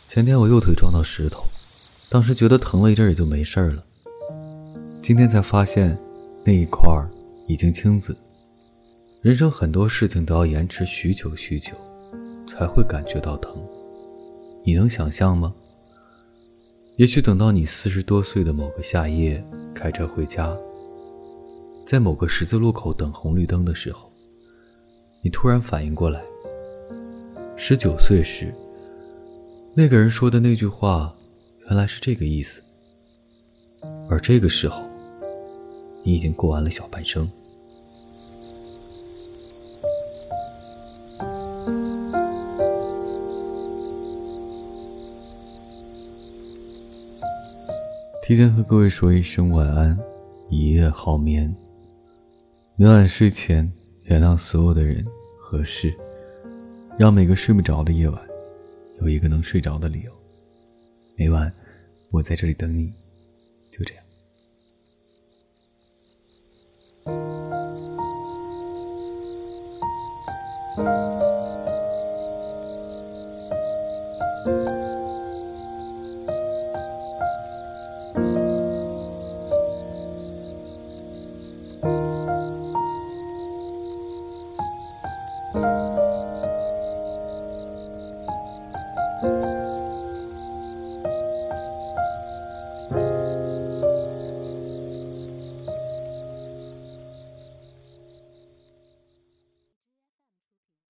前天我右腿撞到石头，当时觉得疼了一阵也就没事了。今天才发现那一块已经青紫。人生很多事情都要延迟许久才会感觉到疼。你能想象吗？也许等到你40多岁的某个夏夜开车回家，在某个十字路口等红绿灯的时候，你突然反应过来，19岁时那个人说的那句话原来是这个意思，而这个时候你已经过完了小半生。提前和各位说一声晚安，一夜好眠。每晚睡前原谅所有的人和事，让每个睡不着的夜晚有一个能睡着的理由。每晚我在这里等你，就这样。